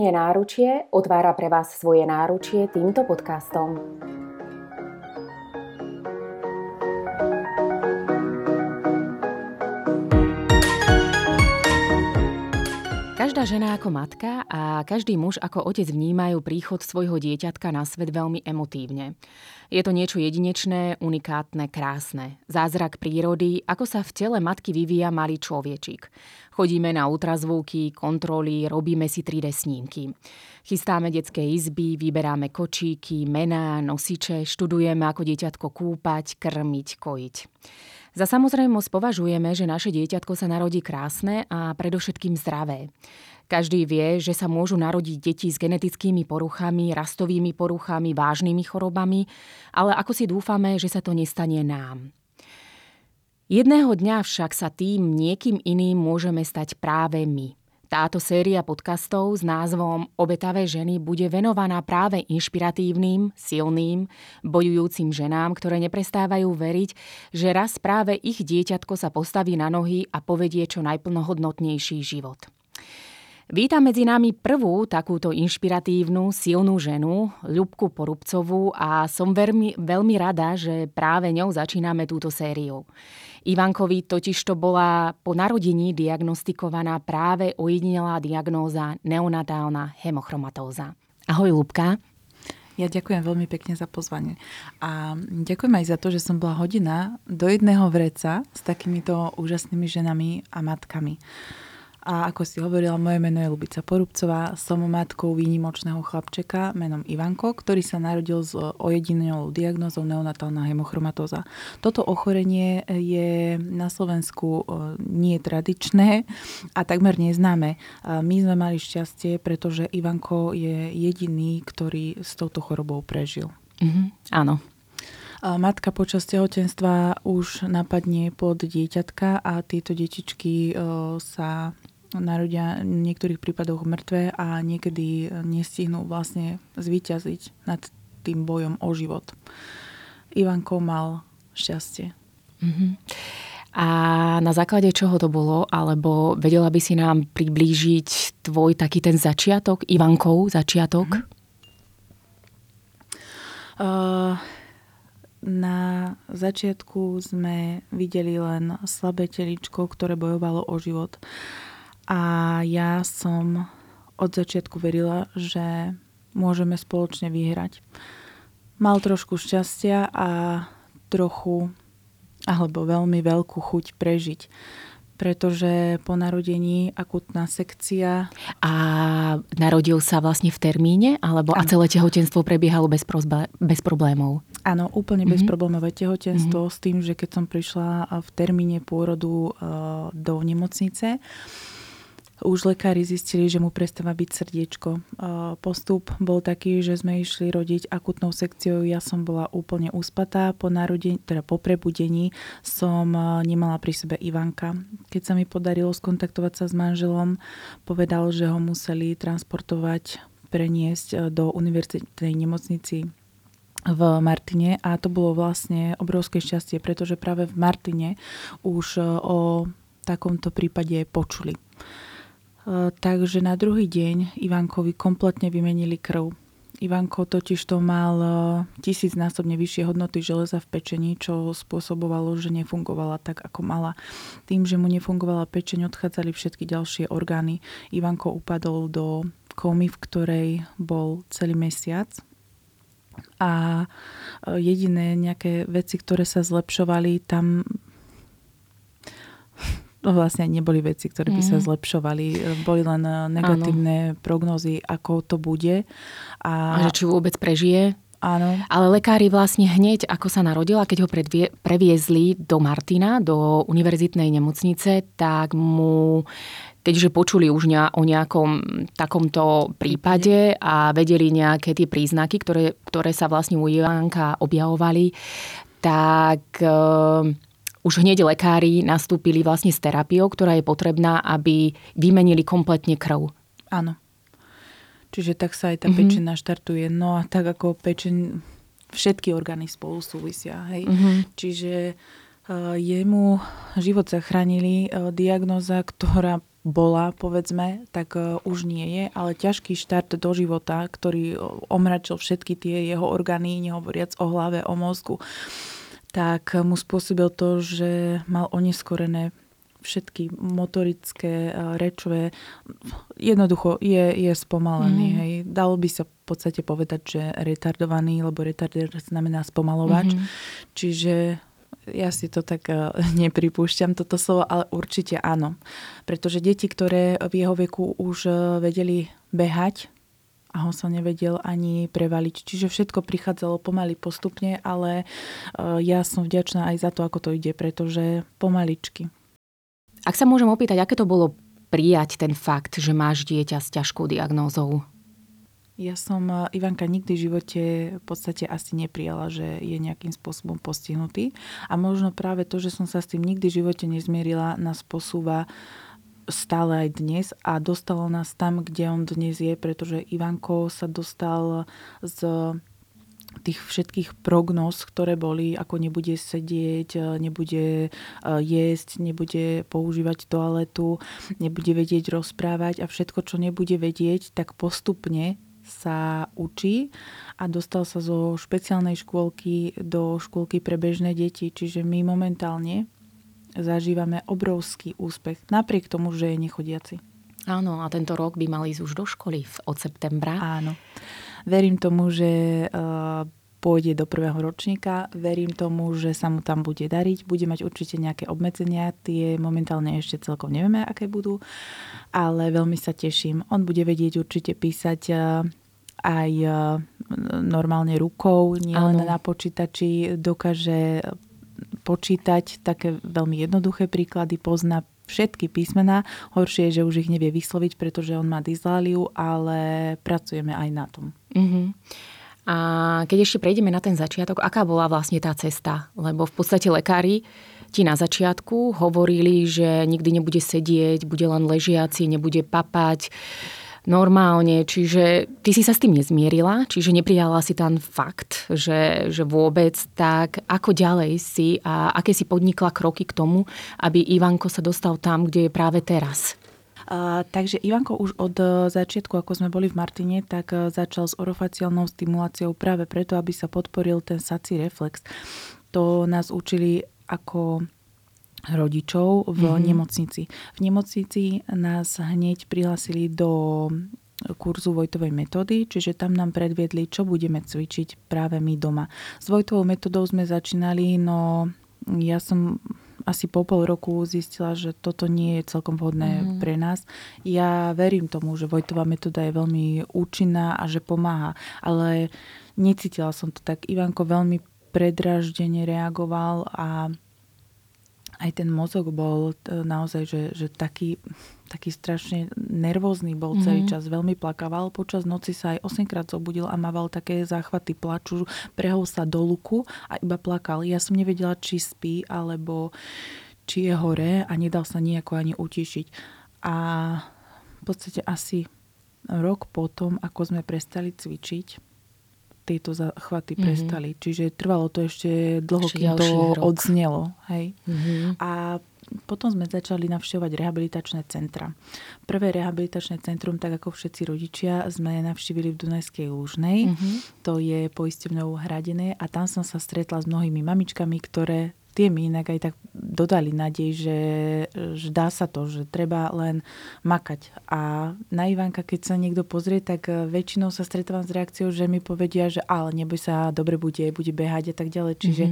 Je náručie otvára pre vás svoje náručie týmto podcastom. Každá žena ako matka a každý muž ako otec vnímajú príchod svojho dieťatka na svet veľmi emotívne. Je to niečo jedinečné, unikátne, krásne. Zázrak prírody, ako sa v tele matky vyvíja malý človečik. Chodíme na ultrazvuky, kontroly, robíme si 3D snímky. Chystáme detské izby, vyberáme kočíky, mená, nosiče, študujeme, ako dieťatko kúpať, krmiť, kojiť. Za samozrejmosť považujeme, že naše dieťatko sa narodí krásne a predovšetkým zdravé. Každý vie, že sa môžu narodiť deti s genetickými poruchami, rastovými poruchami, vážnymi chorobami, ale ako si dúfame, že sa to nestane nám. Jedného dňa však sa tým niekým iným môžeme stať práve my. Táto séria podcastov s názvom Obetavé ženy bude venovaná práve inšpiratívnym, silným, bojujúcim ženám, ktoré neprestávajú veriť, že raz práve ich dieťatko sa postaví na nohy a povedie čo najplnohodnotnejší život. Vítam medzi nami prvú takúto inšpiratívnu, silnú ženu, Ľubku Porubcovú, a som veľmi rada, že práve ňou začíname túto sériu. Ivankovi totižto bola po narodení diagnostikovaná práve ojedinelá diagnóza neonatálna hemochromatóza. Ahoj, Ľubka. Ja ďakujem veľmi pekne za pozvanie. A ďakujem aj za to, že som bola hodina do jedného vreca s takýmito úžasnými ženami a matkami. A ako si hovorila, moje meno je Ľubica Porubcová, som matkou výnimočného chlapčeka menom Ivanko, ktorý sa narodil s ojedinelou diagnózou neonatálna hemochromatóza. Toto ochorenie je na Slovensku nie tradičné a takmer neznáme. My sme mali šťastie, pretože Ivanko je jediný, ktorý s touto chorobou prežil. Áno. Matka počas tehotenstva už napadne plod dieťatka a tieto detičky sa narodia v niektorých prípadoch mŕtve a niekedy nestihnú vlastne zvíťaziť nad tým bojom o život. Ivanko mal šťastie. A na základe čoho to bolo? Alebo vedela by si nám priblížiť tvoj taký ten začiatok, Ivankov začiatok? Na začiatku sme videli len slabé teličko, ktoré bojovalo o život. A ja som od začiatku verila, že môžeme spoločne vyhrať. Mal trošku šťastia a trochu, alebo veľmi veľkú chuť prežiť. Pretože po narodení akutná sekcia. A narodil sa vlastne v termíne? Alebo a celé tehotenstvo prebiehalo bez problémov? Áno, úplne bezproblémové tehotenstvo s tým, že keď som prišla v termíne pôrodu do nemocnice, už lekári zistili, že mu prestáva byť srdiečko. Postup bol taký, že sme išli rodiť akutnou sekciou. Ja som bola úplne uspatá. Po prebudení som nemala pri sebe Ivanka. Keď sa mi podarilo skontaktovať sa s manželom, povedal, že ho museli preniesť do univerzitnej nemocnici v Martine a to bolo vlastne obrovské šťastie, pretože práve v Martine už o takomto prípade počuli. Takže na druhý deň Ivankovi kompletne vymenili krv. Ivanko totižto mal 1000-násobne vyššie hodnoty železa v pečení, čo spôsobovalo, že nefungovala tak, ako mala. Tým, že mu nefungovala pečeň, odchádzali všetky ďalšie orgány. Ivanko upadol do komy, v ktorej bol celý mesiac. A jediné nejaké veci, ktoré sa zlepšovali, tam vlastne neboli veci, ktoré by sa zlepšovali. Boli len negatívne prognózy, ako to bude. A že či vôbec prežije. Áno. Ale lekári vlastne hneď, ako sa narodila, keď ho previezli do Martina, do univerzitnej nemocnice, tak mu, keďže počuli už o nejakom takomto prípade a vedeli nejaké tie príznaky, ktoré sa vlastne u Ivanka objavovali, tak už hneď lekári nastúpili vlastne s terapiou, ktorá je potrebná, aby vymenili kompletne krv. Áno. Čiže tak sa aj tá pečeň naštartuje. No a tak ako pečeň, všetky orgány spolu súvisia. Hej? Čiže jemu život zachránili. Diagnóza, ktorá bola, povedzme, tak už nie je, ale ťažký štart do života, ktorý omračil všetky tie jeho orgány, nehovoriac o hlave, o mozgu, tak mu spôsobil to, že mal oneskorené všetky motorické, rečové, jednoducho je spomalený. Hej. Dalo by sa v podstate povedať, že retardovaný, lebo retardér znamená spomalovač. Čiže ja si to tak nepripúšťam, toto slovo, ale určite áno. Pretože deti, ktoré v jeho veku už vedeli behať, a ho sa nevedel ani prevaliť. Čiže všetko prichádzalo pomaly postupne, ale ja som vďačná aj za to, ako to ide, pretože pomaličky. Ak sa môžem opýtať, aké to bolo prijať ten fakt, že máš dieťa s ťažkou diagnózou? Ja som Ivanka nikdy v živote v podstate asi neprijala, že je nejakým spôsobom postihnutý. A možno práve to, že som sa s tým nikdy v živote nezmierila, nás posúva stále aj dnes a dostalo nás tam, kde on dnes je, pretože Ivanko sa dostal z tých všetkých prognóz, ktoré boli, ako nebude sedieť, nebude jesť, nebude používať toaletu, nebude vedieť rozprávať a všetko, čo nebude vedieť, tak postupne sa učí a dostal sa zo špeciálnej škôlky do škôlky pre bežné deti. Čiže my momentálne zažívame obrovský úspech, napriek tomu, že je nechodiaci. Áno, a tento rok by mal ísť už do školy od septembra. Áno. Verím tomu, že pôjde do prvého ročníka. Verím tomu, že sa mu tam bude dariť. Bude mať určite nejaké obmedzenia. Tie momentálne ešte celkom nevieme, aké budú. Ale veľmi sa teším. On bude vedieť určite písať aj normálne rukou, nielen na počítači. Dokáže počítať také veľmi jednoduché príklady. Pozná všetky písmená. Horšie je, že už ich nevie vysloviť, pretože on má dysláliu, ale pracujeme aj na tom. A keď ešte prejdeme na ten začiatok, aká bola vlastne tá cesta? Lebo v podstate lekári ti na začiatku hovorili, že nikdy nebude sedieť, bude len ležiaci, nebude papať normálne. Čiže ty si sa s tým nezmierila, čiže neprijala si ten fakt, že vôbec tak. Ako ďalej si a aké si podnikla kroky k tomu, aby Ivanko sa dostal tam, kde je práve teraz? Takže Ivanko už od začiatku, ako sme boli v Martine, tak začal s orofaciálnou stimuláciou práve preto, aby sa podporil ten sací reflex. To nás učili ako rodičov v nemocnici. V nemocnici nás hneď prihlásili do kurzu Vojtovej metódy, čiže tam nám predviedli, čo budeme cvičiť práve my doma. S Vojtovou metódou sme začínali, no ja som asi po pol roku zistila, že toto nie je celkom vhodné pre nás. Ja verím tomu, že Vojtová metóda je veľmi účinná a že pomáha, ale necítila som to tak. Ivanko veľmi predráždene reagoval a aj ten mozog bol naozaj, že taký strašne nervózny bol celý čas. Veľmi plakával. Počas noci sa aj 8-krát zobudil a mával také záchvaty plaču. Prehol sa do luku a iba plakal. Ja som nevedela, či spí, alebo či je hore a nedal sa nejako ani utišiť. A v podstate asi rok potom, ako sme prestali cvičiť, tieto záchvaty prestali. Čiže trvalo to ešte dlho, kým to odznelo. Hej. A potom sme začali navštevovať rehabilitačné centra. Prvé rehabilitačné centrum, tak ako všetci rodičia, sme navštívili v Dunajskej Lúžnej. To je poisťovňou hradené a tam som sa stretla s mnohými mamičkami, ktoré tie mi inak aj tak dodali nádej, že dá sa to, že treba len makať. A na Ivanka, keď sa niekto pozrie, tak väčšinou sa stretávam s reakciou, že mi povedia, že ale neboj sa, dobre bude behať a tak ďalej. Čiže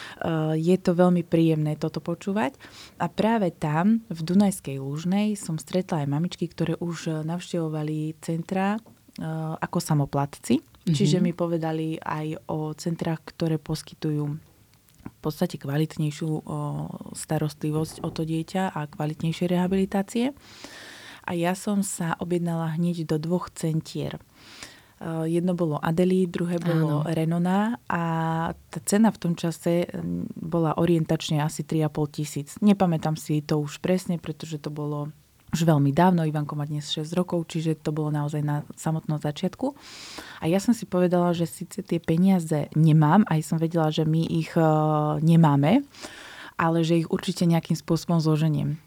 je to veľmi príjemné toto počúvať. A práve tam, v Dunajskej Lúžnej, som stretla aj mamičky, ktoré už navštevovali centra ako samoplatci. Čiže mi povedali aj o centrách, ktoré poskytujú v podstate kvalitnejšiu starostlivosť o to dieťa a kvalitnejšie rehabilitácie. A ja som sa objednala hneď do 2 centier. Jedno bolo Adely, druhé bolo Renona a tá cena v tom čase bola orientačne asi 3 500. Nepamätám si to už presne, pretože to bolo už veľmi dávno. Ivanko má dnes 6 rokov, čiže to bolo naozaj na samotnom začiatku. A ja som si povedala, že síce tie peniaze nemám, aj som vedela, že my ich nemáme, ale že ich určite nejakým spôsobom zloženiem.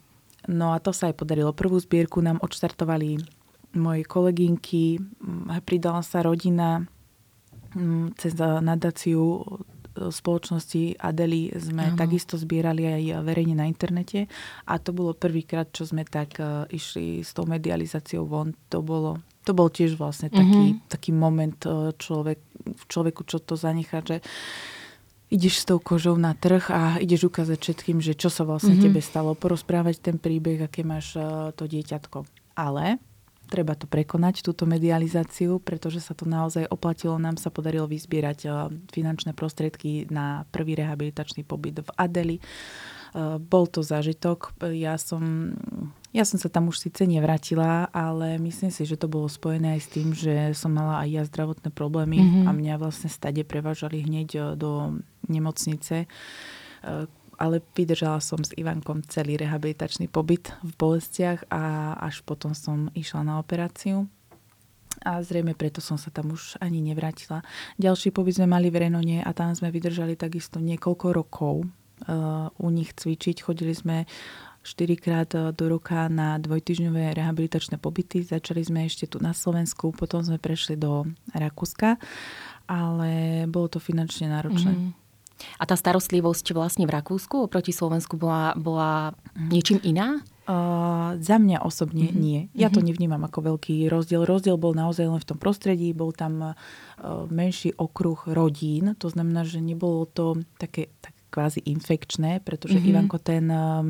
No a to sa aj podarilo. Prvú zbierku nám odštartovali moje kolegynky, pridala sa rodina cez nadáciu spoločnosti Adely sme takisto zbierali aj verejne na internete a to bolo prvýkrát, čo sme tak išli s tou medializáciou von. To bol tiež vlastne taký moment človeku, čo to zanechá, že ideš s tou kožou na trh a ideš ukázať všetkým, že čo sa vlastne tebe stalo, porozprávať ten príbeh, aké máš to dieťatko. Ale treba to prekonať, túto medializáciu, pretože sa to naozaj oplatilo. Nám sa podarilo vyzbierať finančné prostriedky na prvý rehabilitačný pobyt v Adely. Bol to zážitok. Ja som sa tam už síce nevrátila, ale myslím si, že to bolo spojené aj s tým, že som mala aj ja zdravotné problémy a mňa vlastne stade prevážali hneď do nemocnice. Ale vydržala som s Ivankom celý rehabilitačný pobyt v bolestiach a až potom som išla na operáciu. A zrejme preto som sa tam už ani nevrátila. Ďalší pobyt sme mali v Renone a tam sme vydržali takisto niekoľko rokov u nich cvičiť. Chodili sme 4-krát do roka na dvojtýždňové rehabilitačné pobyty. Začali sme ešte tu na Slovensku, potom sme prešli do Rakúska, ale bolo to finančne náročné. A tá starostlivosť vlastne v Rakúsku oproti Slovensku bola niečím iná? Za mňa osobne nie. Ja to nevnímam ako veľký rozdiel. Rozdiel bol naozaj len v tom prostredí. Bol tam menší okruh rodín. To znamená, že nebolo to také kvázi infekčné, pretože Ivanko ten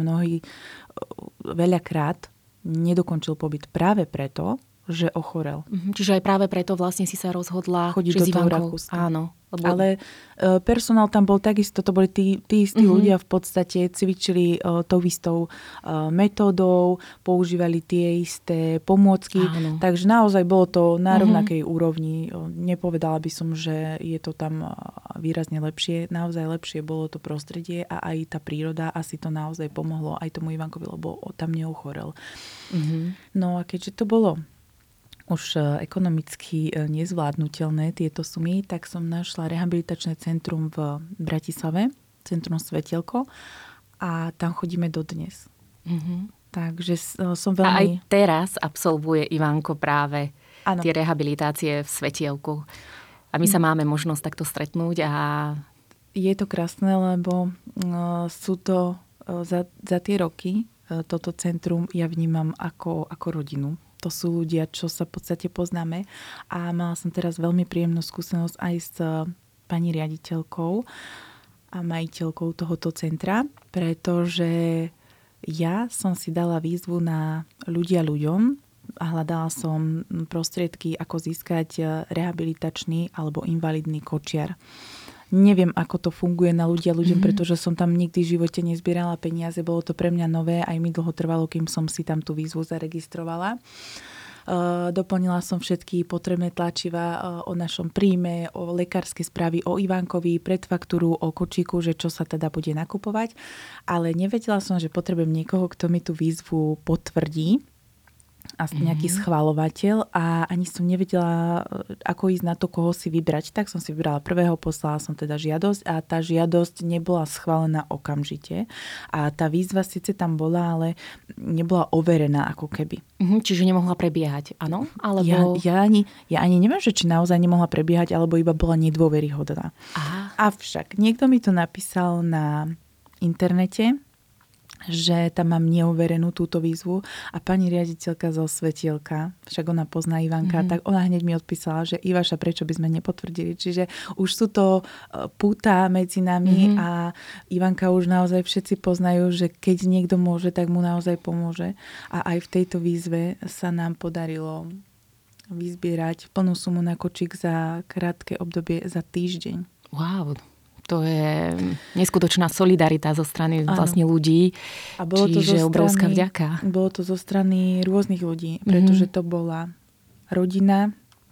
veľakrát nedokončil pobyt práve preto, že ochorel. Čiže aj práve preto vlastne si sa rozhodla chodiť do toho Rakúska. Áno. Ale personál tam bol takisto, to boli tí istí ľudia v podstate, cvičili tou istou metódou, používali tie isté pomôcky, takže naozaj bolo to na rovnakej úrovni. Nepovedala by som, že je to tam výrazne lepšie, naozaj lepšie bolo to prostredie a aj tá príroda asi to naozaj pomohlo aj tomu Ivankovi, lebo tam neochorel. No a keďže to bolo už ekonomicky nezvládnutelné tieto sumy, tak som našla rehabilitačné centrum v Bratislave, Centrum Svetielko a tam chodíme dodnes. Takže som veľmi... A aj teraz absolvuje Ivanko práve tie rehabilitácie v Svetielku. A my sa máme možnosť takto stretnúť a... Je to krásne, lebo sú to za tie roky toto centrum ja vnímam ako rodinu. To sú ľudia, čo sa v podstate poznáme. A mala som teraz veľmi príjemnú skúsenosť aj s pani riaditeľkou a majiteľkou tohoto centra, pretože ja som si dala výzvu na ľuďom a hľadala som prostriedky, ako získať rehabilitačný alebo invalidný kočiar. Neviem, ako to funguje na ľuďom, pretože som tam nikdy v živote nezbierala peniaze. Bolo to pre mňa nové, aj mi dlho trvalo, kým som si tam tú výzvu zaregistrovala. Doplnila som všetky potrebné tlačivá o našom príjme, o lekárske správy, o Ivankovi, predfaktúru, o kočíku, že čo sa teda bude nakupovať. Ale nevedela som, že potrebujem niekoho, kto mi tú výzvu potvrdí a nejaký schvaľovateľ a ani som nevedela, ako ísť na to, koho si vybrať. Tak som si vybrala prvého, poslala som teda žiadosť a tá žiadosť nebola schválená okamžite. A tá výzva síce tam bola, ale nebola overená ako keby. Čiže nemohla prebiehať, áno? Alebo... Ja ani neviem, že či naozaj nemohla prebiehať, alebo iba bola nedôveryhodná. Avšak niekto mi to napísal na internete, že tam mám neoverenú túto výzvu a pani riaditeľka zo Svetielka, však ona pozná Ivanka, tak ona hneď mi odpísala, že Ivaša, prečo by sme nepotvrdili. Čiže už sú to púta medzi nami a Ivanka už naozaj všetci poznajú, že keď niekto môže, tak mu naozaj pomôže. A aj v tejto výzve sa nám podarilo vyzbierať plnú sumu na kočík za krátke obdobie, za týždeň. Wow, to je neskutočná solidarita zo strany vlastne ľudí. A bolo čiže obrovská vďaka. Bolo to zo strany rôznych ľudí, pretože to bola rodina,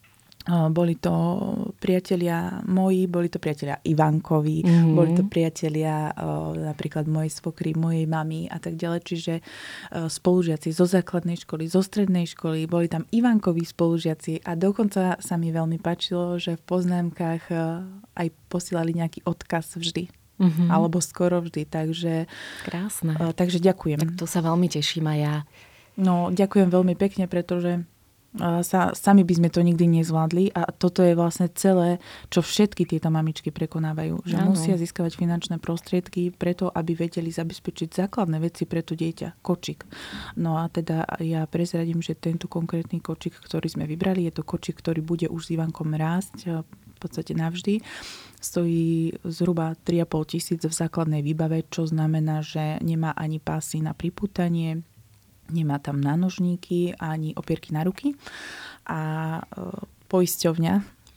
boli to priatelia moji, boli to priatelia Ivankovi, boli to priatelia napríklad mojej svokry, mojej mamy a tak ďalej. Čiže spolužiaci zo základnej školy, zo strednej školy, boli tam Ivankovi spolužiaci a dokonca sa mi veľmi páčilo, že v poznámkach aj posílali nejaký odkaz vždy. Alebo skoro vždy. Krásne. Takže ďakujem. Tak to sa veľmi teším aj ja. No, ďakujem veľmi pekne, pretože sami by sme to nikdy nezvládli a toto je vlastne celé, čo všetky tieto mamičky prekonávajú. Že musia získavať finančné prostriedky preto, aby vedeli zabezpečiť základné veci pre to dieťa. Kočík. No a teda ja prezradím, že tento konkrétny kočík, ktorý sme vybrali, je to kočík, ktorý bude už s Ivankom rásť v podstate navždy. Stojí zhruba 3 500 v základnej výbave, čo znamená, že nemá ani pásy na pripútanie, nemá tam nánožníky ani opierky na ruky a poisťovňa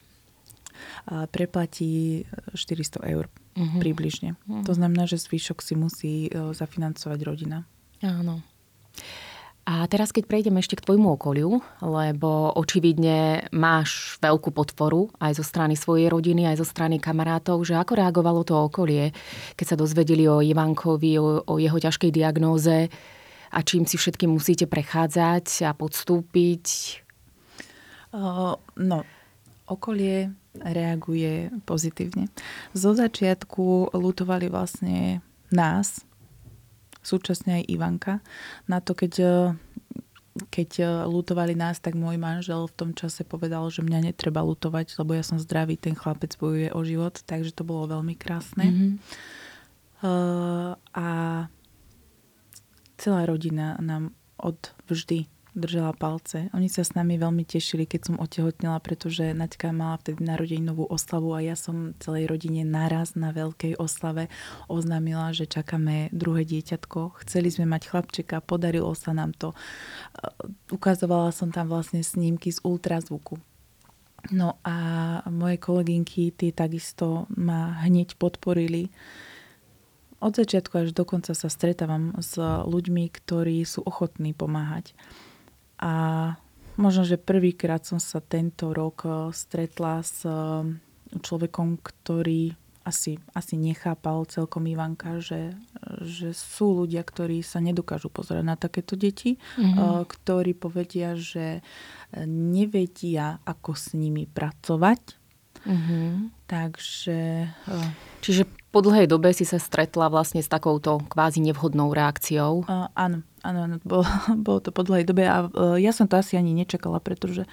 preplatí 400 eur približne. To znamená, že zvyšok si musí zafinancovať rodina. Áno. A teraz, keď prejdeme ešte k tvojmu okoliu, lebo očividne máš veľkú podporu aj zo strany svojej rodiny, aj zo strany kamarátov, že ako reagovalo to okolie, keď sa dozvedeli o Ivankovi, o jeho ťažkej diagnóze, a čím si všetkým musíte prechádzať a podstúpiť? No, okolie reaguje pozitívne. Zo začiatku ľutovali vlastne nás, súčasne aj Ivanka. Na to, keď ľutovali nás, tak môj manžel v tom čase povedal, že mňa netreba ľutovať, lebo ja som zdravý, ten chlapec bojuje o život, takže to bolo veľmi krásne. A celá rodina nám odvždy držala palce. Oni sa s nami veľmi tešili, keď som otehotnela, pretože Naďka mala vtedy narodeninovú oslavu a ja som celej rodine naraz na veľkej oslave oznámila, že čakáme druhé dieťatko. Chceli sme mať chlapčeka, podarilo sa nám to. Ukazovala som tam vlastne snímky z ultrazvuku. No a moje kolegynky, tie takisto ma hneď podporili. Od začiatku až do konca sa stretávam s ľuďmi, ktorí sú ochotní pomáhať. A možno, že prvýkrát som sa tento rok stretla s človekom, ktorý asi nechápal celkom Ivanka, že sú ľudia, ktorí sa nedokážu pozerať na takéto deti, ktorí povedia, že nevedia, ako s nimi pracovať. Takže... Čiže po dlhej dobe si sa stretla vlastne s takouto kvázi nevhodnou reakciou? Áno, bolo to po dlhej dobe a ja som to asi ani nečakala, pretože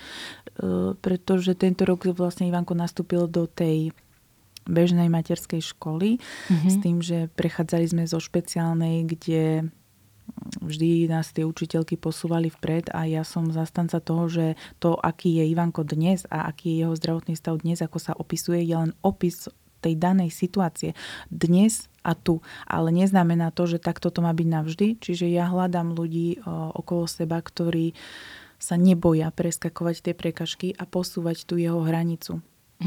tento rok vlastne Ivanko nastúpil do tej bežnej materskej školy s tým, že prechádzali sme zo špeciálnej, kde vždy nás tie učiteľky posúvali vpred a ja som zastanca toho, že to, aký je Ivanko dnes a aký je jeho zdravotný stav dnes, ako sa opisuje, je len opis tej danej situácie dnes a tu. Ale neznamená to, že takto to má byť navždy. Čiže ja hľadám ľudí okolo seba, ktorí sa neboja preskakovať tie prekažky a posúvať tú jeho hranicu.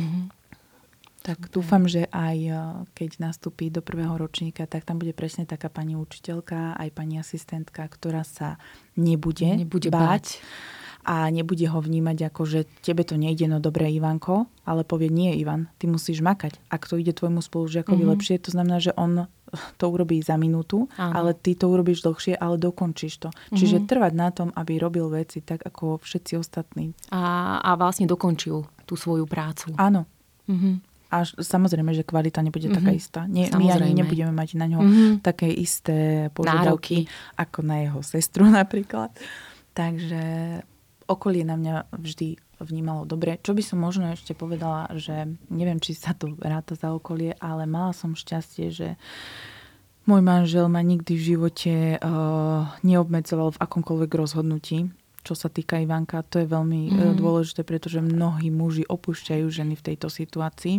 Tak dúfam, že aj keď nastúpi do prvého ročníka, tak tam bude presne taká pani učiteľka, aj pani asistentka, ktorá sa nebude báť. A nebude ho vnímať ako, že tebe to nejde, no dobre Ivanko, ale povie, nie Ivan, ty musíš makať. Ak to ide tvojmu spolužiakovi lepšie, to znamená, že on to urobí za minútu, ale ty to urobíš dlhšie, ale dokončíš to. Čiže trvať na tom, aby robil veci tak, ako všetci ostatní. A vlastne dokončil tú svoju prácu. Áno. A samozrejme, že kvalita nebude taká istá. My ani nebudeme mať na ňo také isté požiadavky, ako na jeho sestru napríklad. Takže okolie na mňa vždy vnímalo dobre. Čo by som možno ešte povedala, že neviem, či sa to ráta za okolie, ale mala som šťastie, že môj manžel ma nikdy v živote neobmedzoval v akomkoľvek rozhodnutí, čo sa týka Ivanka. To je veľmi dôležité, pretože mnohí muži opúšťajú ženy v tejto situácii.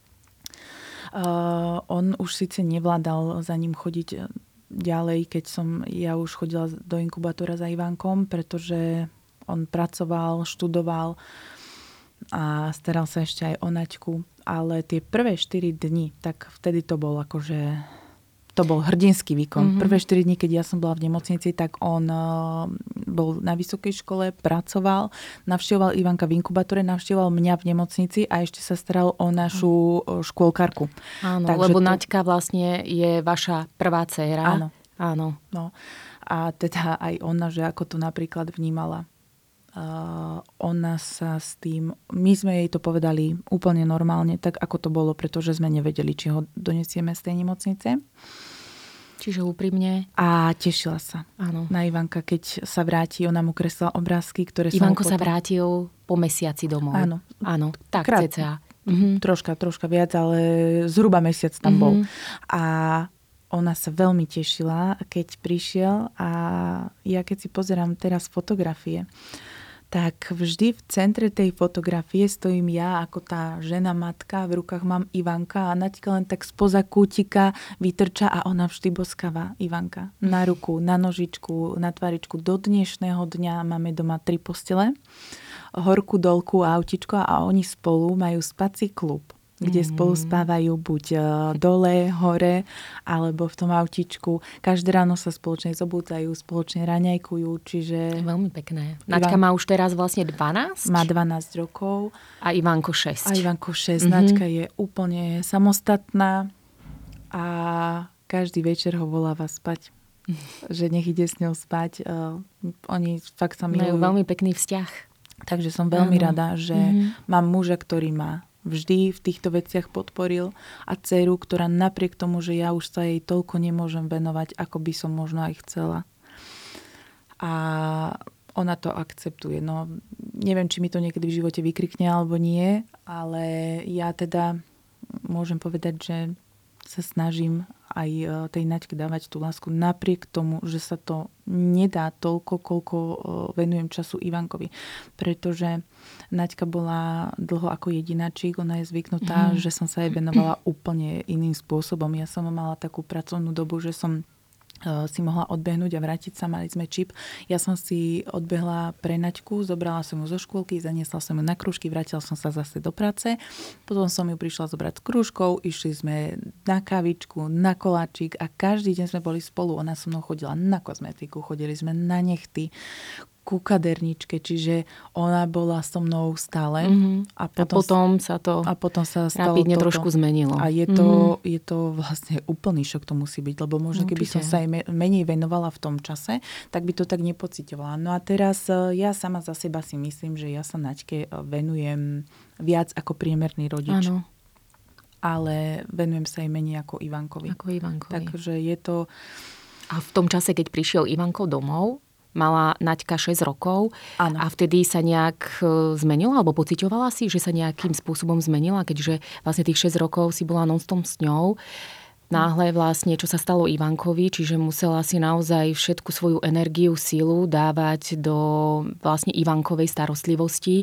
On už síce nevládal za ním chodiť ďalej, keď som ja už chodila do inkubátora za Ivankom, pretože on pracoval, študoval a staral sa ešte aj o Naďku. Ale tie prvé 4 dni, tak vtedy to bol akože... To bol hrdinský výkon. Prvé 4 dni, keď ja som bola v nemocnici, tak on bol na vysokej škole, pracoval, navštevoval Ivanka v inkubátore, navštevoval mňa v nemocnici a ešte sa staral o našu škôlkarku. Áno, lebo Naďka vlastne je vaša prvá dcéra. Áno. No. A teda aj ona, že ako to napríklad vnímala ona sa s tým, my sme jej to povedali úplne normálne, tak ako to bolo, pretože sme nevedeli, či ho donesieme z tej nemocnice. Čiže úprimne. A tešila sa. Áno. Na Ivanka, keď sa vráti, ona mu kreslila obrázky, ktoré som Ivanko sa vrátil po mesiaci domov. Áno, tak cca. Troška viac, ale zhruba mesiac tam bol. A ona sa veľmi tešila, keď prišiel a ja keď si pozerám teraz fotografie, tak vždy v centre tej fotografie stojím ja ako tá žena matka, v rukách mám Ivanka a Naďka len tak spoza kútika vytrča a ona vždy boskáva Ivanka. Na ruku, na nožičku, na tváričku. Do dnešného dňa máme doma 3 postele, horku, dolku a autičko a oni spolu majú spací klub, kde spolu spávajú buď dole, hore, alebo v tom autičku. Každé ráno sa spoločne zobúdajú, spoločne raňajkujú, čiže... Veľmi pekné. Naďka má už teraz vlastne 12? Má 12 rokov. A Ivanko 6. Naďka je úplne samostatná a každý večer ho voláva spať. Že nech ide s ňou spať. Oni fakt sa milujú. Majú veľmi pekný vzťah. Takže som veľmi rada, že mám muža, ktorý má vždy v týchto veciach podporil a dceru, ktorá napriek tomu, že ja už sa jej toľko nemôžem venovať, ako by som možno aj chcela. A ona to akceptuje. No, neviem, či mi to niekedy v živote vykrikne alebo nie, ale ja teda môžem povedať, že sa snažím aj tej Naďke dávať tú lásku napriek tomu, že sa to nedá toľko, koľko venujem času Ivankovi. Pretože Naďka bola dlho ako jedináčik, ona je zvyknutá, že som sa jej venovala úplne iným spôsobom. Ja som mala takú pracovnú dobu, že som si mohla odbehnúť a vrátiť sa, mali sme čip. Ja som si odbehla pre Naďku, zobrala som ju zo škôlky, zaniesla som ju na krúžky, vrátila som sa zase do práce. Potom som ju prišla zobrať s krúžkou, išli sme na kávičku, na koláčik a každý deň sme boli spolu. Ona so mnou chodila na kozmetiku, chodili sme na nechty, ku kaderničke, čiže ona bola so mnou stále. A potom sa to stalo rapidne toto. trošku zmenilo. A je to vlastne úplný šok to musí byť, lebo možno keby som sa jej menej venovala v tom čase, tak by to tak nepociťovala. No a teraz ja sama za seba si myslím, že ja sa Naďke venujem viac ako priemerný rodič. Áno. Ale venujem sa jej menej ako Ivankovi. Takže je to... A v tom čase, keď prišiel Ivanko domov, mala Naďka 6 rokov. Áno. A vtedy sa nejak zmenila, alebo pociťovala si, že sa nejakým spôsobom zmenila, keďže vlastne tých 6 rokov si bola non-stop s ňou. Náhle vlastne, čo sa stalo Ivankovi, čiže musela si naozaj všetku svoju energiu, sílu dávať do vlastne Ivankovej starostlivosti.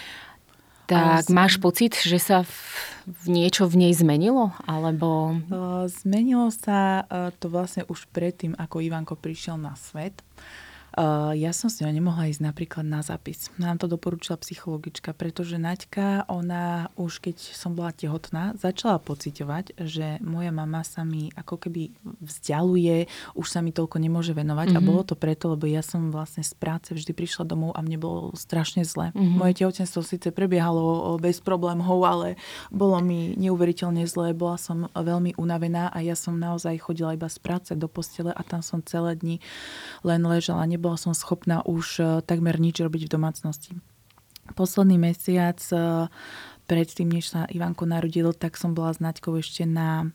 Tak máš pocit, že sa niečo v nej zmenilo? Alebo... Zmenilo sa to vlastne už predtým, ako Ivanko prišiel na svet. Ja som s ňou nemohla ísť napríklad na zápis. Nám to doporučila psychologička, pretože Naďka, ona už keď som bola tehotná, začala pociťovať, že moja mama sa mi ako keby vzdialuje, už sa mi toľko nemôže venovať. A bolo to preto, lebo ja som vlastne z práce vždy prišla domov a mne bolo strašne zle. Moje tehotenstvo síce prebiehalo bez problémov, ale bolo mi neuveriteľne zle. Bola som veľmi unavená a ja som naozaj chodila iba z práce do postele a tam som celé dni len ležala. Nebola som schopná už takmer nič robiť v domácnosti. Posledný mesiac predtým, než sa Ivanko narodil, tak som bola s Naďkou ešte na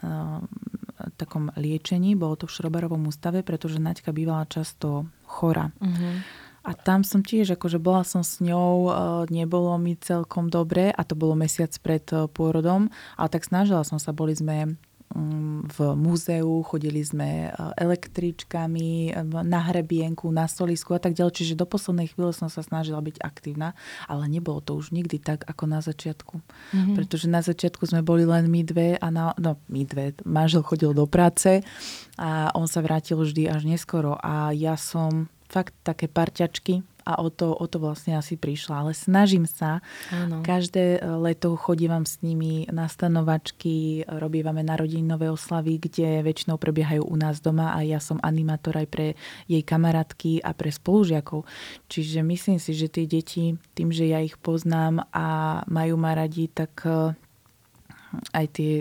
takom liečení. Bolo to v Šrobarovom ústave, pretože Naďka bývala často chora. A tam som tiež, akože bola som s ňou, nebolo mi celkom dobre a to bolo mesiac pred pôrodom, ale tak snažila som sa, boli sme v múzeu, chodili sme električkami na hrebienku, na solisku a tak ďalej. Čiže do poslednej chvíle som sa snažila byť aktívna, ale nebolo to už nikdy tak, ako na začiatku. Pretože na začiatku sme boli len my dve a manžel chodil do práce a on sa vrátil vždy až neskoro a ja som fakt také parťačky a o to vlastne asi prišla. Ale snažím sa. Áno. Každé leto chodívam s nimi na stanovačky, robívame narodeninové oslavy, kde väčšinou prebiehajú u nás doma a ja som animátor aj pre jej kamarátky a pre spolužiakov. Čiže myslím si, že tie deti, tým, že ja ich poznám a majú ma radi, tak aj tie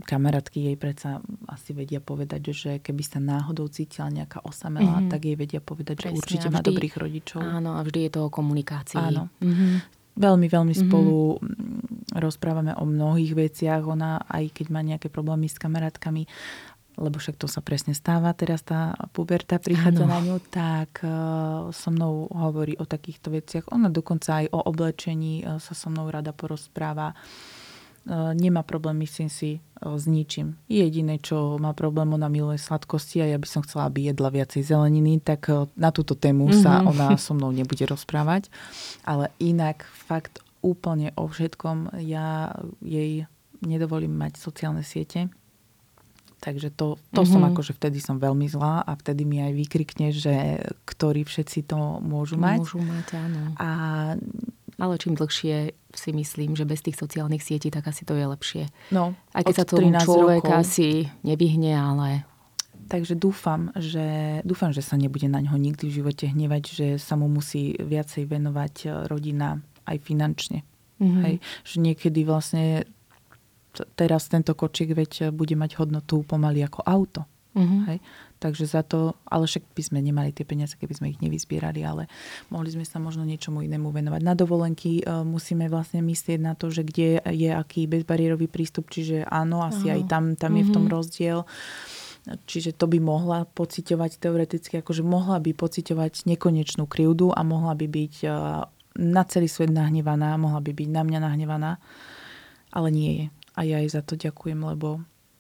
kamarátky jej predsa asi vedia povedať, že keby sa náhodou cítila nejaká osamelá, tak jej vedia povedať, že určite má dobrých rodičov. Áno, a vždy je to o komunikácii. Áno. Veľmi, veľmi spolu rozprávame o mnohých veciach. Ona, aj keď má nejaké problémy s kamarátkami, lebo však to sa presne stáva, teraz tá puberta prichádza na ňu, tak so mnou hovorí o takýchto veciach. Ona dokonca aj o oblečení sa so mnou rada porozpráva. Nemá problém, myslím si, s ničím. Jediné, čo má problém, ona miluje sladkosti a ja by som chcela, aby jedla viacej zeleniny, tak na túto tému sa ona so mnou nebude rozprávať. Ale inak fakt úplne o všetkom ja jej nedovolím mať sociálne siete. Takže to som akože vtedy som veľmi zlá a vtedy mi aj vykrikne, že ktorí všetci to môžu mať. Môžu mať, áno. Ale čím dlhšie si myslím, že bez tých sociálnych sietí, tak asi to je lepšie. No, aj keď sa tomu človek asi nevyhne, ale... Takže dúfam, že sa nebude na ňo nikdy v živote hnevať, že sa mu musí viacej venovať rodina aj finančne. Hej? Že niekedy vlastne teraz tento kočík veď bude mať hodnotu pomaly ako auto. Hej? Takže za to, ale však by sme nemali tie peniaze, keby sme ich nevyzbierali, ale mohli sme sa možno niečomu inému venovať. Na dovolenky musíme vlastne myslieť na to, že kde je aký bezbariérový prístup, čiže áno, asi aj tam je v tom rozdiel. Čiže to by mohla pociťovať teoreticky, akože mohla by pociťovať nekonečnú krivdu a mohla by byť na celý svet nahnevaná, mohla by byť na mňa nahnevaná, ale nie je. A ja jej za to ďakujem, lebo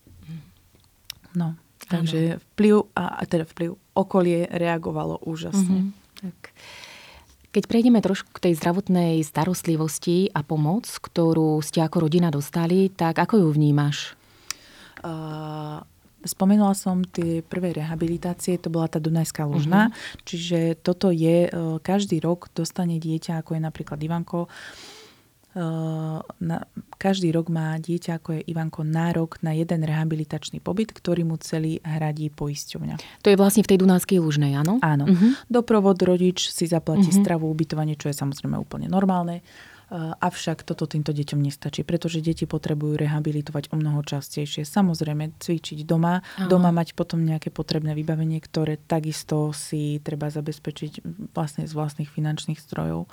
takže vplyv okolie reagovalo úžasne. Tak. Keď prejdeme trošku k tej zdravotnej starostlivosti a pomoc, ktorú ste ako rodina dostali, tak ako ju vnímaš? Spomenula som tie prvé rehabilitácie, to bola tá Dunajská Lužná, čiže toto je, každý rok dostane dieťa, ako je napríklad Ivanko, každý rok má dieťa, ako je Ivanko, nárok na jeden rehabilitačný pobyt, ktorý mu celý hradí poisťovňa. To je vlastne v tej Dunajskej Lužnej, áno? Áno. Doprovod rodič si zaplatí stravu, ubytovanie, čo je samozrejme úplne normálne. Avšak toto týmto deťom nestačí, pretože deti potrebujú rehabilitovať o mnoho častejšie. Samozrejme cvičiť doma, mať potom nejaké potrebné vybavenie, ktoré takisto si treba zabezpečiť vlastne z vlastných finančných zdrojov.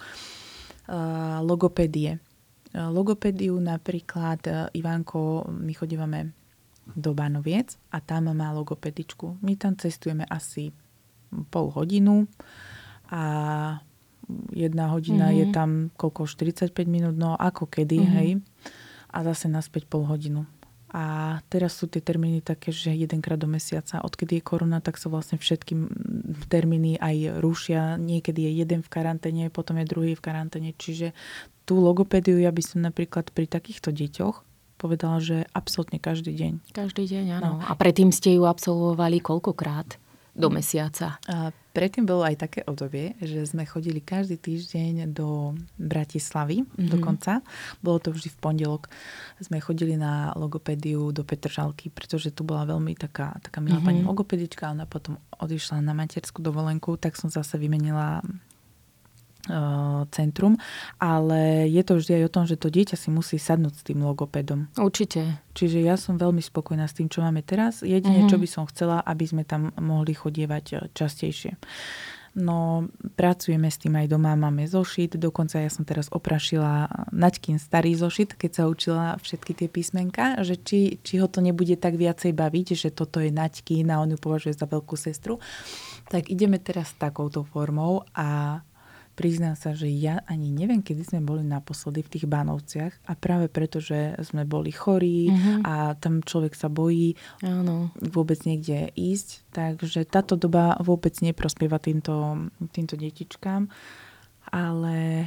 Logopédiu napríklad, Ivanko, my chodívame do Banoviec a tam má logopedičku. My tam cestujeme asi pol hodinu a 1 hodina je tam 45 minút, no ako kedy, hej. A zase naspäť pol hodinu. A teraz sú tie termíny také, že jedenkrát do mesiaca. Odkedy je korona, tak sa vlastne všetky termíny aj rušia. Niekedy je jeden v karanténe, potom je druhý v karanténe. Čiže tú logopédiu ja by som napríklad pri takýchto deťoch povedala, že absolútne každý deň. Každý deň, áno. A predtým ste ju absolvovali koľkokrát do mesiaca? A predtým bolo aj také obdobie, že sme chodili každý týždeň do Bratislavy dokonca. Bolo to vždy v pondelok. Sme chodili na logopédiu do Petržalky, pretože tu bola veľmi taká milá pani logopedička. Ona potom odišla na materskú dovolenku, tak som zase vymenila centrum, ale je to vždy aj o tom, že to dieťa si musí sadnúť s tým logopédom. Určite. Čiže ja som veľmi spokojná s tým, čo máme teraz. Jedine, čo by som chcela, aby sme tam mohli chodievať častejšie. No, pracujeme s tým aj doma, máme zošit, dokonca ja som teraz oprašila Naďkin starý zošit, keď sa učila všetky tie písmenka, že či ho to nebude tak viacej baviť, že toto je Naďkin a on ju považuje za veľkú sestru. Tak ideme teraz takouto formou a priznám sa, že ja ani neviem, kedy sme boli naposledy v tých Bánovciach a práve preto, že sme boli chorí a tam človek sa bojí vôbec niekde ísť. Takže táto doba vôbec neprospieva týmto detičkám. Ale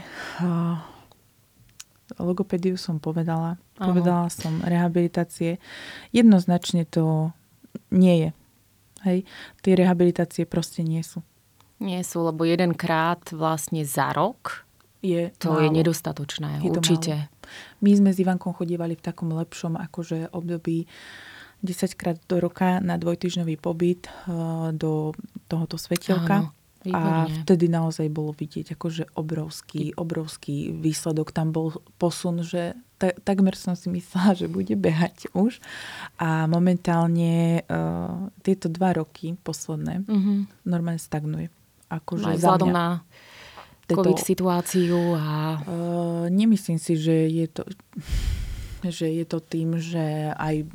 logopédiu som povedala. Povedala som rehabilitácie. Jednoznačne to nie je. Hej? Tie rehabilitácie proste nie sú. Nie sú, lebo jedenkrát vlastne za rok je nedostatočné, určite. My sme s Ivankom chodievali v takom lepšom akože období 10 krát do roka na 2-týždňový pobyt do tohoto svetielka. A Výborne. vtedy naozaj bolo vidieť akože obrovský výsledok. Tam bol posun, že takmer som si myslela, že bude behať už. A momentálne tieto 2 roky posledné normálne stagnuje. Akože Aj za vzhľadom mňa. na COVID situáciu a... Nemyslím si, že je to tým, že aj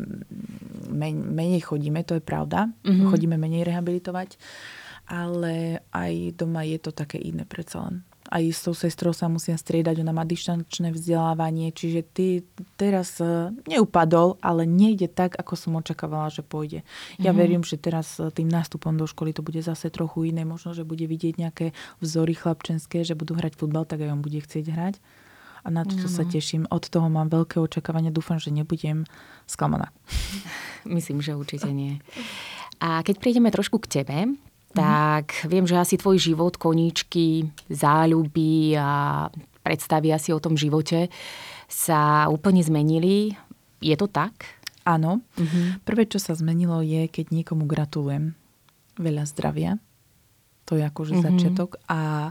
menej chodíme, to je pravda. Chodíme menej rehabilitovať. Ale aj doma je to také iné predsa len. Aj s tou sestrou sa musia striedať, ona má dištančné vzdelávanie, čiže ty teraz neupadol, ale nejde tak, ako som očakávala, že pôjde. Ja verím, že teraz tým nástupom do školy to bude zase trochu iné, možno, že bude vidieť nejaké vzory chlapčenské, že budú hrať futbal, tak aj on bude chcieť hrať. A na to sa teším. Od toho mám veľké očakávanie, dúfam, že nebudem sklamaná. Myslím, že určite nie. A keď prejdeme trošku k tebe, tak viem, že asi tvoj život, koníčky, záľuby a predstavy asi o tom živote sa úplne zmenili. Je to tak? Áno. Prvé, čo sa zmenilo, je, keď niekomu gratulujem. Veľa zdravia. To je akože začiatok. A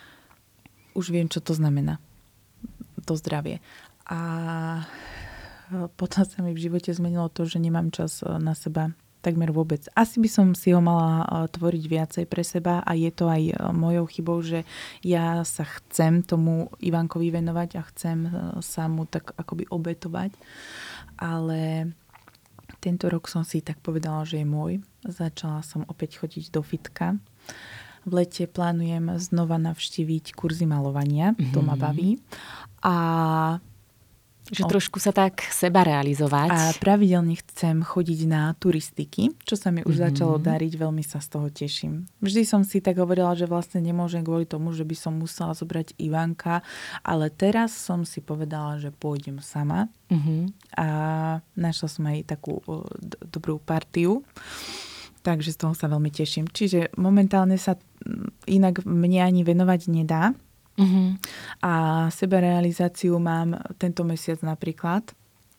už viem, čo to znamená. To zdravie. A potom sa mi v živote zmenilo to, že nemám čas na seba takmer vôbec. Asi by som si ho mala tvoriť viacej pre seba a je to aj mojou chybou, že ja sa chcem tomu Ivankovi venovať a chcem sa mu tak akoby obetovať. Ale tento rok som si tak povedala, že je môj. Začala som opäť chodiť do fitka. V lete plánujem znova navštíviť kurzy malovania. To ma baví. A že trošku sa tak seba realizovať. A pravidelne chcem chodiť na turistiky, čo sa mi už začalo dariť, veľmi sa z toho teším. Vždy som si tak hovorila, že vlastne nemôžem kvôli tomu, že by som musela zobrať Ivanka, ale teraz som si povedala, že pôjdem sama a našla som aj takú dobrú partiu. Takže z toho sa veľmi teším. Čiže momentálne sa inak mne ani venovať nedá. A sebarealizáciu mám tento mesiac napríklad.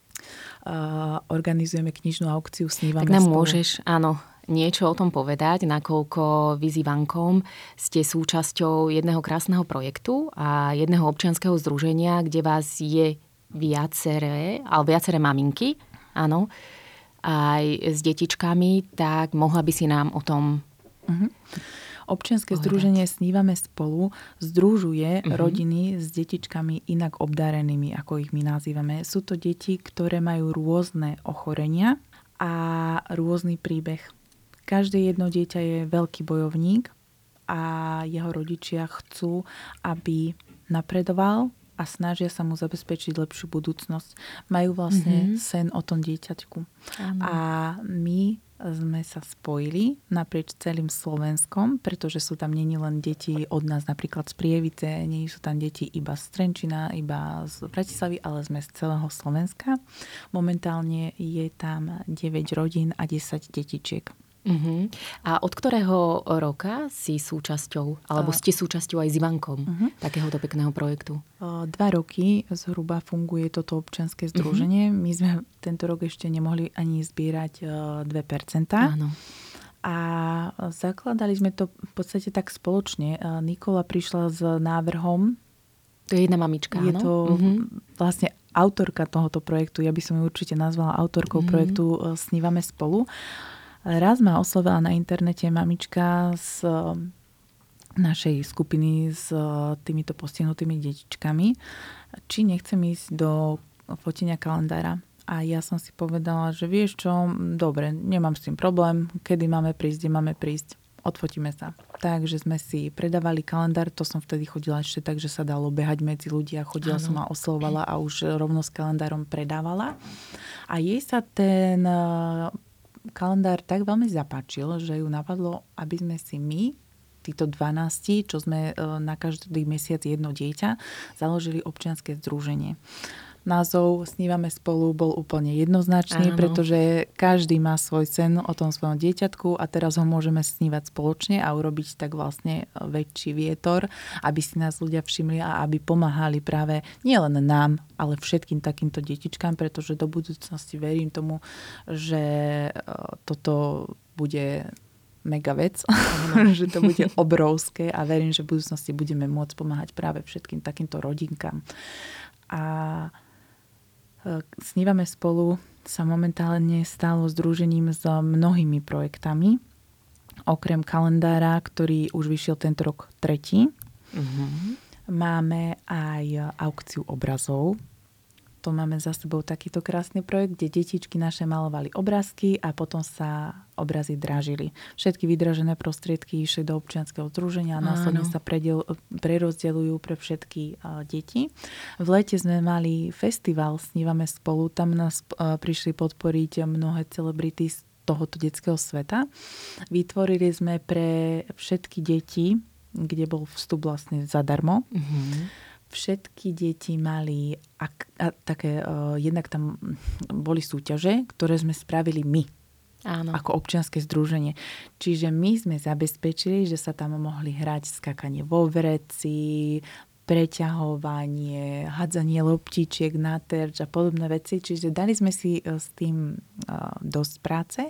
Organizujeme knižnú aukciu Snívame tak nám spolu. môžeš, áno, niečo o tom povedať, nakoľko vy s Ivankom ste súčasťou jedného krásneho projektu a jedného občianskeho združenia, kde vás je viaceré maminky, áno, aj s detičkami, tak mohla by si nám o tom Občianske združenie Snívame spolu združuje rodiny s detičkami inak obdarenými, ako ich my nazývame. Sú to deti, ktoré majú rôzne ochorenia a rôzny príbeh. Každé jedno dieťa je veľký bojovník a jeho rodičia chcú, aby napredoval a snažia sa mu zabezpečiť lepšiu budúcnosť. Majú vlastne sen o tom dieťaťku. A my sme sa spojili naprieč celým Slovenskom, pretože sú tam nie len deti od nás napríklad z Prievidze, nie sú tam deti iba z Trenčína, iba z Bratislavy, ale sme z celého Slovenska. Momentálne je tam 9 rodín a 10 detičiek. A od ktorého roka si súčasťou, alebo ste súčasťou aj s Ivankom takéhoto pekného projektu? 2 roky zhruba funguje toto občianske združenie. My sme tento rok ešte nemohli ani zbierať 2%. Áno. A zakladali sme to v podstate tak spoločne. Nikola prišla s návrhom. To je jedna mamička, áno? Je to vlastne autorka tohoto projektu. Ja by som ju určite nazvala autorkou projektu Snívame spolu. Raz ma oslovila na internete mamička z našej skupiny s týmito postihnutými detičkami, či nechcem ísť do fotenia kalendára. A ja som si povedala, že vieš čo, dobre, nemám s tým problém, kedy máme prísť, kde máme prísť, odfotíme sa. Takže sme si predávali kalendár, to som vtedy chodila ešte tak, že sa dalo behať medzi ľudí a chodila som a oslovovala a už rovno s kalendárom predávala. A jej sa ten kalendár tak veľmi zapáčil, že ju napadlo, aby sme si my, títo 12, čo sme na každý mesiac jedno dieťa, založili občianske združenie. Názov Snívame spolu bol úplne jednoznačný, pretože každý má svoj sen o tom svojom dieťatku a teraz ho môžeme snívať spoločne a urobiť tak vlastne väčší vietor, aby si nás ľudia všimli a aby pomáhali práve nielen nám, ale všetkým takýmto detičkám, pretože do budúcnosti verím tomu, že toto bude mega vec, že to bude obrovské a verím, že v budúcnosti budeme môcť pomáhať práve všetkým takýmto rodinkám. A Snívame spolu sa momentálne stalo združením s mnohými projektami. Okrem kalendára, ktorý už vyšiel tento rok 3. Máme aj aukciu obrazov. To máme za sebou takýto krásny projekt, kde detičky naše malovali obrázky a potom sa obrazy dražili. Všetky vydražené prostriedky išli do občianskeho združenia a následne sa prerozdeľujú pre všetky deti. V lete sme mali festival Snívame spolu. Tam nás prišli podporiť mnohé celebrity z tohoto detského sveta. Vytvorili sme pre všetky deti, kde bol vstup vlastne zadarmo. Všetky deti mali jednak tam boli súťaže, ktoré sme spravili my. Áno. Ako občianske združenie. Čiže my sme zabezpečili, že sa tam mohli hrať skakanie vo vreci, preťahovanie, hádzanie loptičiek na terč a podobné veci. Čiže dali sme si s tým dosť práce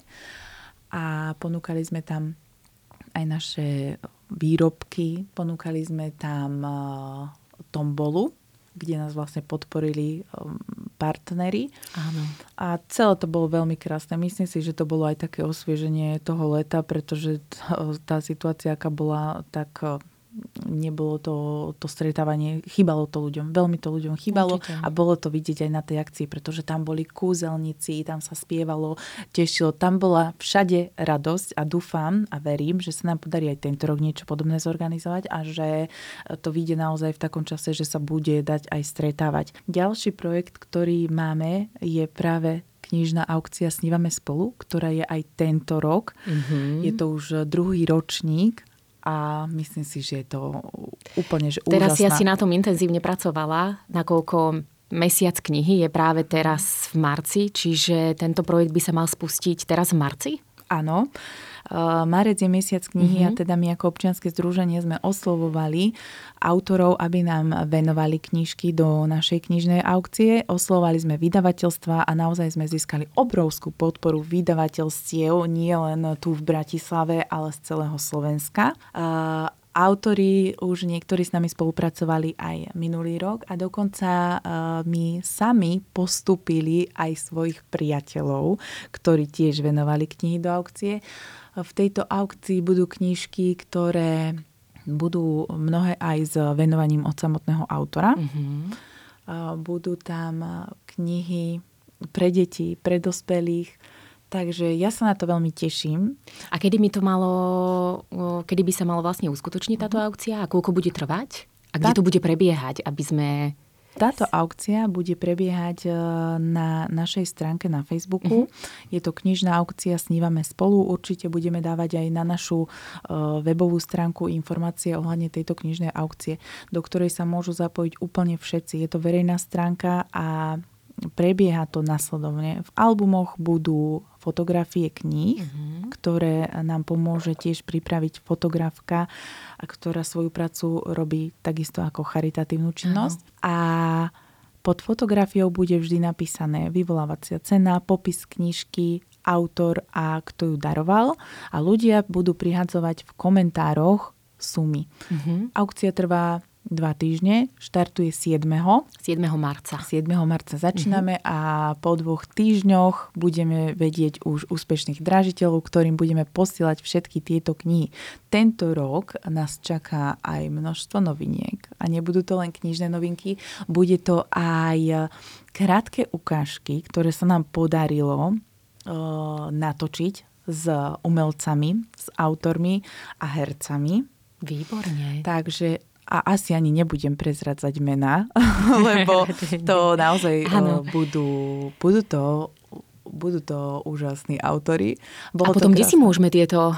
a ponúkali sme tam aj naše výrobky, ponúkali sme tam tombolu, kde nás vlastne podporili partneri. Áno. A celé to bolo veľmi krásne. Myslím si, že to bolo aj také osvieženie toho leta, pretože tá situácia, aká bola, tak nebolo to stretávanie, chýbalo to ľuďom, veľmi to ľuďom chýbalo. Určite. A bolo to vidieť aj na tej akcii, pretože tam boli kúzelníci, tam sa spievalo, tešilo, tam bola všade radosť a dúfam a verím, že sa nám podarí aj tento rok niečo podobné zorganizovať a že to vyjde naozaj v takom čase, že sa bude dať aj stretávať. Ďalší projekt, ktorý máme, je práve knižná aukcia Snívame spolu, ktorá je aj tento rok. Je to už 2. ročník. A myslím si, že je to úplne že úžasná. Teraz ja si na tom intenzívne pracovala, nakoľko mesiac knihy je práve teraz v marci, čiže tento projekt by sa mal spustiť teraz v marci? Áno. Marec je mesiac knihy a teda my ako občianske združenie sme oslovovali autorov, aby nám venovali knižky do našej knižnej aukcie. Oslovovali sme vydavateľstva a naozaj sme získali obrovskú podporu vydavateľstiev, nie len tu v Bratislave, ale z celého Slovenska. Autori už niektorí s nami spolupracovali aj minulý rok a dokonca my sami postúpili aj svojich priateľov, ktorí tiež venovali knihy do aukcie. V tejto aukcii budú knižky, ktoré budú mnohé aj s venovaním od samotného autora. Budú tam knihy pre deti, pre dospelých. Takže ja sa na to veľmi teším. A kedy by sa malo vlastne uskutočniť táto aukcia? A koľko bude trvať? A kde to bude prebiehať, aby sme... Táto aukcia bude prebiehať na našej stránke na Facebooku. Je to knižná aukcia Snívame spolu. Určite budeme dávať aj na našu webovú stránku informácie ohľadne tejto knižnej aukcie, do ktorej sa môžu zapojiť úplne všetci. Je to verejná stránka a prebieha to nasledovne. V albumoch budú fotografie kníh, ktoré nám pomôže tiež pripraviť fotografka, ktorá svoju prácu robí takisto ako charitatívnu činnosť. A pod fotografiou bude vždy napísané vyvolávacia cena, popis knižky, autor a kto ju daroval. A ľudia budú prihadzovať v komentároch sumy. Aukcia trvá 2 týždne, štartuje 7. marca. 7. marca začíname a po 2 týždňoch budeme vedieť už úspešných dražiteľov, ktorým budeme posielať všetky tieto knihy. Tento rok nás čaká aj množstvo noviniek a nebudú to len knižné novinky, bude to aj krátke ukážky, ktoré sa nám podarilo natočiť s umelcami, s autormi a hercami. Výborne. Takže a asi ani nebudem prezradzať mená, lebo to naozaj budú to úžasní autori. A potom, kde si môžeme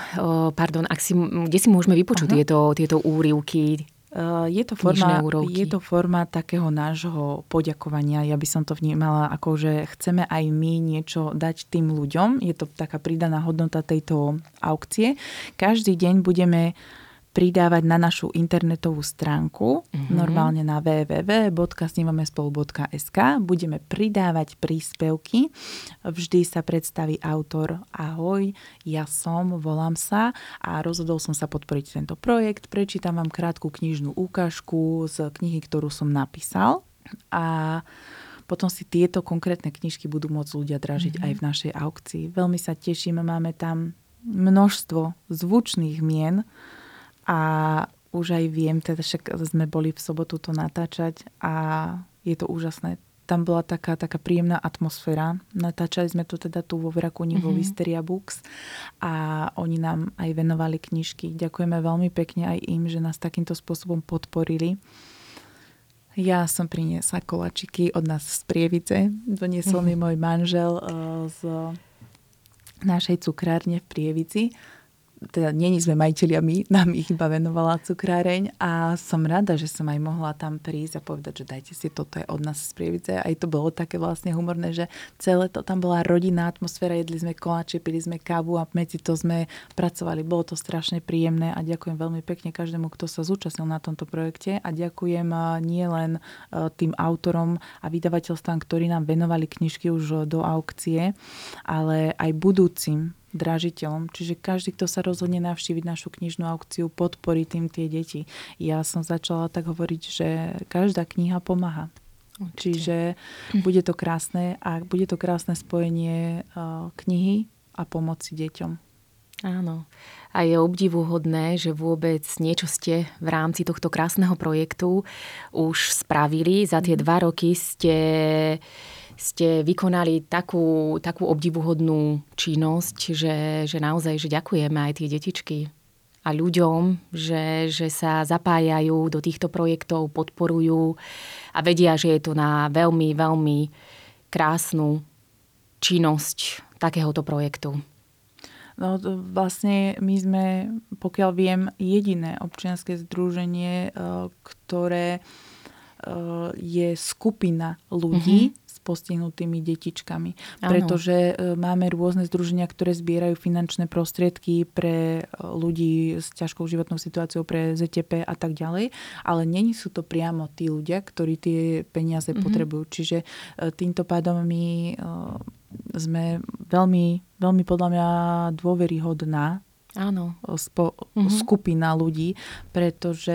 kde si môžeme vypočuť tieto úryvky? Je to forma takého nášho poďakovania. Ja by som to vnímala ako, že chceme aj my niečo dať tým ľuďom. Je to taká pridaná hodnota tejto aukcie. Každý deň budeme pridávať na našu internetovú stránku, normálne na www.snívamespolu.sk. Budeme pridávať príspevky. Vždy sa predstaví autor: ahoj, ja volám sa a rozhodol som sa podporiť tento projekt. Prečítam vám krátku knižnú ukážku z knihy, ktorú som napísal, a potom si tieto konkrétne knižky budú môcť ľudia dražiť aj v našej aukcii. Veľmi sa teším, máme tam množstvo zvučných mien a už aj viem, teda však sme boli v sobotu to natáčať a je to úžasné. Tam bola taká príjemná atmosféra. Natáčali sme to teda tu vo Vrakuni, vo Wisteria Books, a oni nám aj venovali knižky. Ďakujeme veľmi pekne aj im, že nás takýmto spôsobom podporili. Ja som priniesla koláčiky od nás z Prievidze. Doniesol mi môj manžel z našej cukrárne v Prievidzi. Teda nie sme majitelia my, nám ich iba venovala cukráreň, a som rada, že som aj mohla tam prísť a povedať, že dajte si, toto je od nás z Prievidze. Aj to bolo také vlastne humorné, že celé to, tam bola rodinná atmosféra, jedli sme koláče, pili sme kávu a medzi to sme pracovali. Bolo to strašne príjemné a ďakujem veľmi pekne každému, kto sa zúčastnil na tomto projekte, a ďakujem nielen tým autorom a vydavateľstvám, ktorí nám venovali knižky už do aukcie, ale aj budúcim dražiteľom. Čiže každý, kto sa rozhodne navštíviť našu knižnú aukciu, podporí tým tie deti. Ja som začala tak hovoriť, že každá kniha pomáha. Určite. Čiže bude to krásne a bude to krásne spojenie knihy a pomoci deťom. Áno. A je obdivuhodné, že vôbec niečo ste v rámci tohto krásneho projektu už spravili. Za tie 2 roky ste vykonali takú obdivuhodnú činnosť, že naozaj, že ďakujeme aj tie detičky a ľuďom, že sa zapájajú do týchto projektov, podporujú a vedia, že je to na veľmi, veľmi krásnu činnosť takéhoto projektu. No vlastne my sme, pokiaľ viem, jediné občianske združenie, ktoré je skupina ľudí s postihnutými detičkami. Pretože máme rôzne združenia, ktoré zbierajú finančné prostriedky pre ľudí s ťažkou životnou situáciou, pre ZTP a tak ďalej, ale nie sú to priamo tí ľudia, ktorí tie peniaze potrebujú. Čiže týmto pádom my sme veľmi, veľmi podľa mňa dôveryhodná skupina ľudí, pretože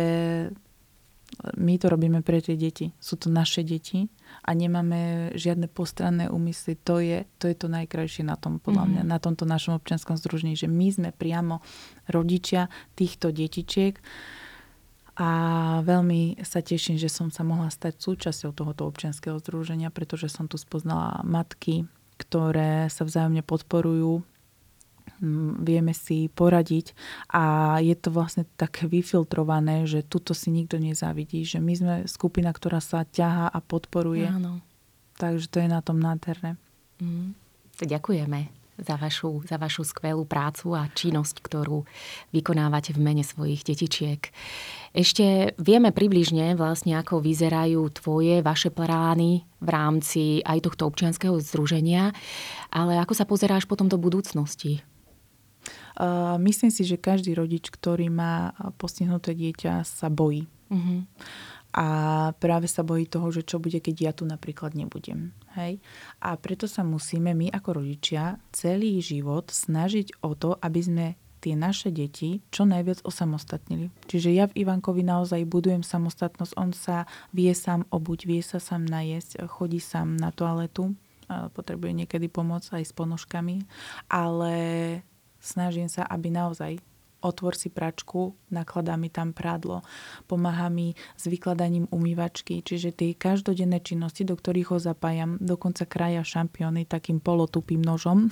my to robíme pre tie deti. Sú to naše deti a nemáme žiadne postranné úmysly. To je to najkrajšie na tom, podľa mňa, na tomto našom občianskom združení, že my sme priamo rodičia týchto detičiek a veľmi sa teším, že som sa mohla stať súčasťou tohoto občianskeho združenia, pretože som tu spoznala matky, ktoré sa vzájomne podporujú, vieme si poradiť a je to vlastne také vyfiltrované, že tuto si nikto nezávidí, že my sme skupina, ktorá sa ťahá a podporuje. Áno. Takže to je na tom nádherné. Ďakujeme za vašu skvelú prácu a činnosť, ktorú vykonávate v mene svojich detičiek. Ešte vieme približne vlastne, ako vyzerajú vaše plány v rámci aj tohto občianskeho združenia, ale ako sa pozeráš potom do budúcnosti? Myslím si, že každý rodič, ktorý má postihnuté dieťa, sa bojí. A práve sa bojí toho, že čo bude, keď ja tu napríklad nebudem. Hej? A preto sa musíme my ako rodičia celý život snažiť o to, aby sme tie naše deti čo najviac osamostatnili. Čiže ja v Ivankovi naozaj budujem samostatnosť. On sa vie sám obuť, vie sa sám najesť, chodí sám na toaletu. Potrebuje niekedy pomoc aj s ponožkami. Ale snažím sa, aby naozaj otvor si pračku, nakladá mi tam prádlo, pomáha mi s vykladaním umývačky, čiže tie každodenné činnosti, do ktorých ho zapájam, dokonca krája šampióny takým polotupým nožom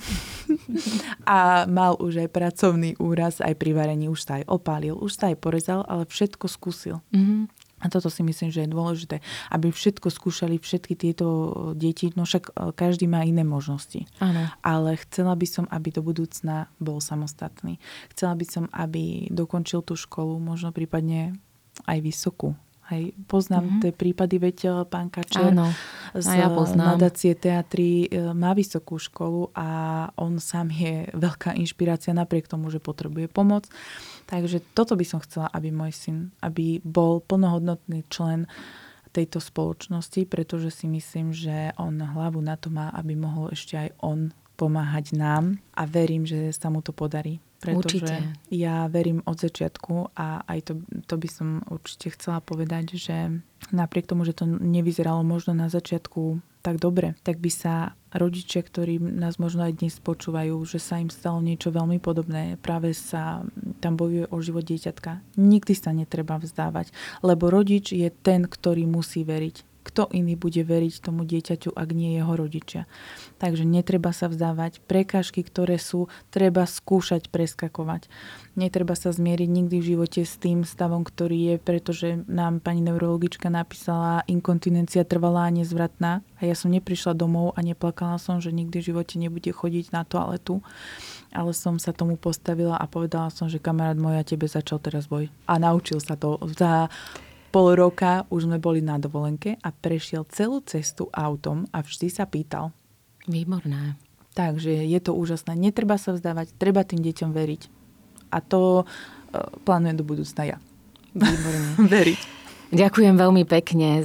a mal už aj pracovný úraz, aj pri varení, už sa aj opálil, už sa aj porezal, ale všetko skúsil. A toto si myslím, že je dôležité, aby všetko skúšali všetky tieto deti, no však každý má iné možnosti. Áno. Ale chcela by som, aby do budúcna bol samostatný. Chcela by som, aby dokončil tú školu, možno prípadne aj vysokú. Hej, poznám tie prípady, veď pán Kačer z nadácie Teatry má vysokú školu a on sám je veľká inšpirácia napriek tomu, že potrebuje pomoc. Takže toto by som chcela, aby môj syn, aby bol plnohodnotný člen tejto spoločnosti, pretože si myslím, že on hlavu na to má, aby mohol ešte aj on pomáhať nám a verím, že sa mu to podarí. Pretože ja verím od začiatku a aj to by som určite chcela povedať, že napriek tomu, že to nevyzeralo možno na začiatku tak dobre, tak by sa rodičia, ktorí nás možno aj dnes počúvajú, že sa im stalo niečo veľmi podobné, práve sa tam bojuje o život dieťatka. Nikdy sa netreba vzdávať, lebo rodič je ten, ktorý musí veriť. Kto iný bude veriť tomu dieťaťu, ak nie jeho rodičia. Takže netreba sa vzdávať. Prekážky, ktoré sú, treba skúšať preskakovať. Netreba sa zmieriť nikdy v živote s tým stavom, ktorý je, pretože nám pani neurologička napísala inkontinencia trvalá a nezvratná. A ja som neprišla domov a neplakala som, že nikdy v živote nebude chodiť na toaletu. Ale som sa tomu postavila a povedala som, že kamarát môj, a tebe začal teraz boj. A naučil sa to za pol roka, už sme boli na dovolenke a prešiel celú cestu autom a vždy sa pýtal. Výborné. Takže je to úžasné. Netreba sa vzdávať, treba tým deťom veriť. A to plánujem do budúcna ja. Výborné. Veriť. Ďakujem veľmi pekne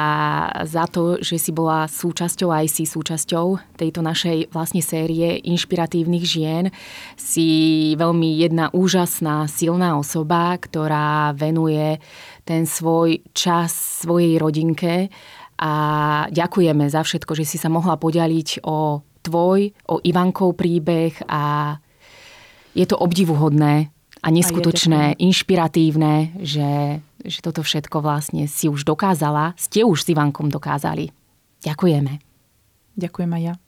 za to, že si bola súčasťou, aj si súčasťou tejto našej vlastne série inšpiratívnych žien. Si veľmi jedna úžasná, silná osoba, ktorá venuje ten svoj čas svojej rodinke a ďakujeme za všetko, že si sa mohla podeliť o Ivankov príbeh a je to obdivuhodné a neskutočné, inšpiratívne, že toto všetko vlastne si už dokázala, ste už s Ivankom dokázali. Ďakujeme. Ďakujem aj ja.